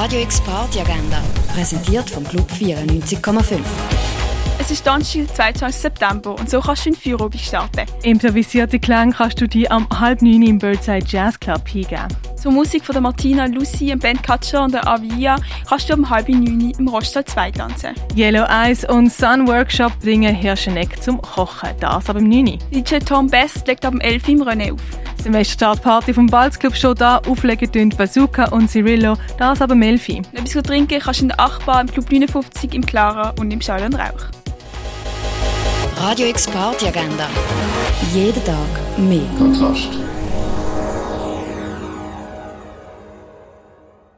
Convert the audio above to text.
Radio X Party Agenda, präsentiert vom Club 94,5. Es ist Donnerstag, der 22. September und so kannst du in den Feierabend starten. Improvisierte Klänge kannst du dir am 8:30 im Birdside Jazz Club hingeben. Zur Musik von der Martina, Lucy, dem Ben Katscher und der Avia kannst du um 8:30 im Rostsaal 2 tanzen. Yellow Eyes und Sun Workshop bringen Hirscheneck zum Kochen, das ab 9 Uhr. DJ Tom Best legt ab 11 Uhr im René auf. Semesterstartparty vom Balzclub schon da, auflegen tun Bazooka und Cirillo, das ab 11 Uhr. Etwas trinken kannst du in der Achbar, im Club 59, im Clara und im Schall und Rauch. Radio X Party Agenda. Jeden Tag mehr. Kontrast.